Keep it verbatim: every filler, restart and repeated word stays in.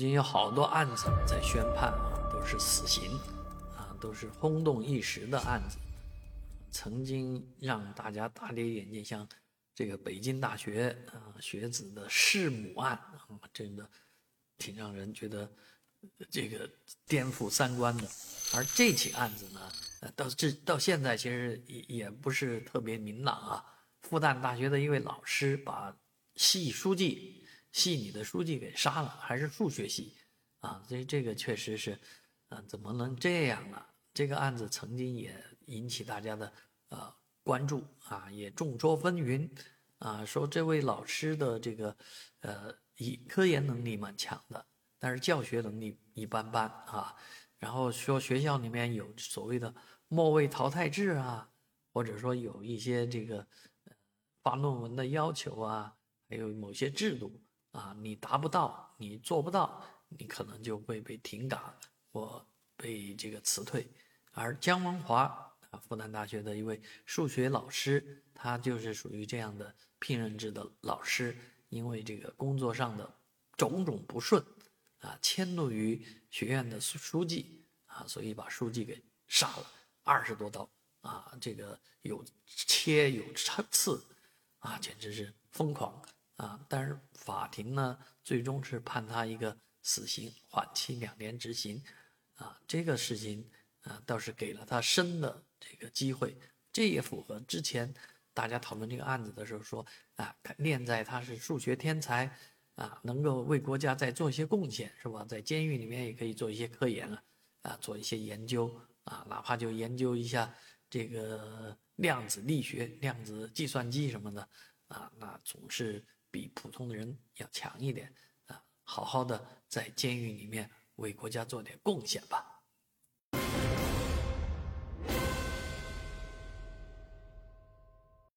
已经有好多案子在宣判啊，都是死刑啊，都是轰动一时的案子，曾经让大家大跌眼镜，像这个北京大学啊学子的弑母案啊，真的挺让人觉得这个颠覆三观的。而这起案子呢，呃，到这到现在其实也也不是特别明朗啊。复旦大学的一位老师把系书记。系你的书记给杀了，还是数学系啊？这这个确实是，啊，怎么能这样呢？这个案子曾经也引起大家的呃关注啊，也众说纷纭啊，说这位老师的这个呃以科研能力蛮强的，但是教学能力一般般啊。然后说学校里面有所谓的末位淘汰制啊，或者说有一些这个发论文的要求啊，还有某些制度。啊，你达不到，你做不到，你可能就会被停岗或被这个辞退。而姜文华啊，复旦大学的一位数学老师，他就是属于这样的聘任制的老师，因为这个工作上的种种不顺啊，迁怒于学院的书记啊，所以把书记给杀了二十多刀啊，这个有切有刺啊，简直是疯狂。啊，但是法庭呢，最终是判他一个死刑，缓期两年执行，啊，这个事情啊，倒是给了他生的这个机会，这也符合之前大家讨论这个案子的时候说，啊，念在他是数学天才，啊，能够为国家再做一些贡献，是吧？在监狱里面也可以做一些科研啊，啊，做一些研究啊，哪怕就研究一下这个量子力学、量子计算机什么的，啊，那总是。比普通的人要强一点啊，好好的在监狱里面为国家做点贡献吧。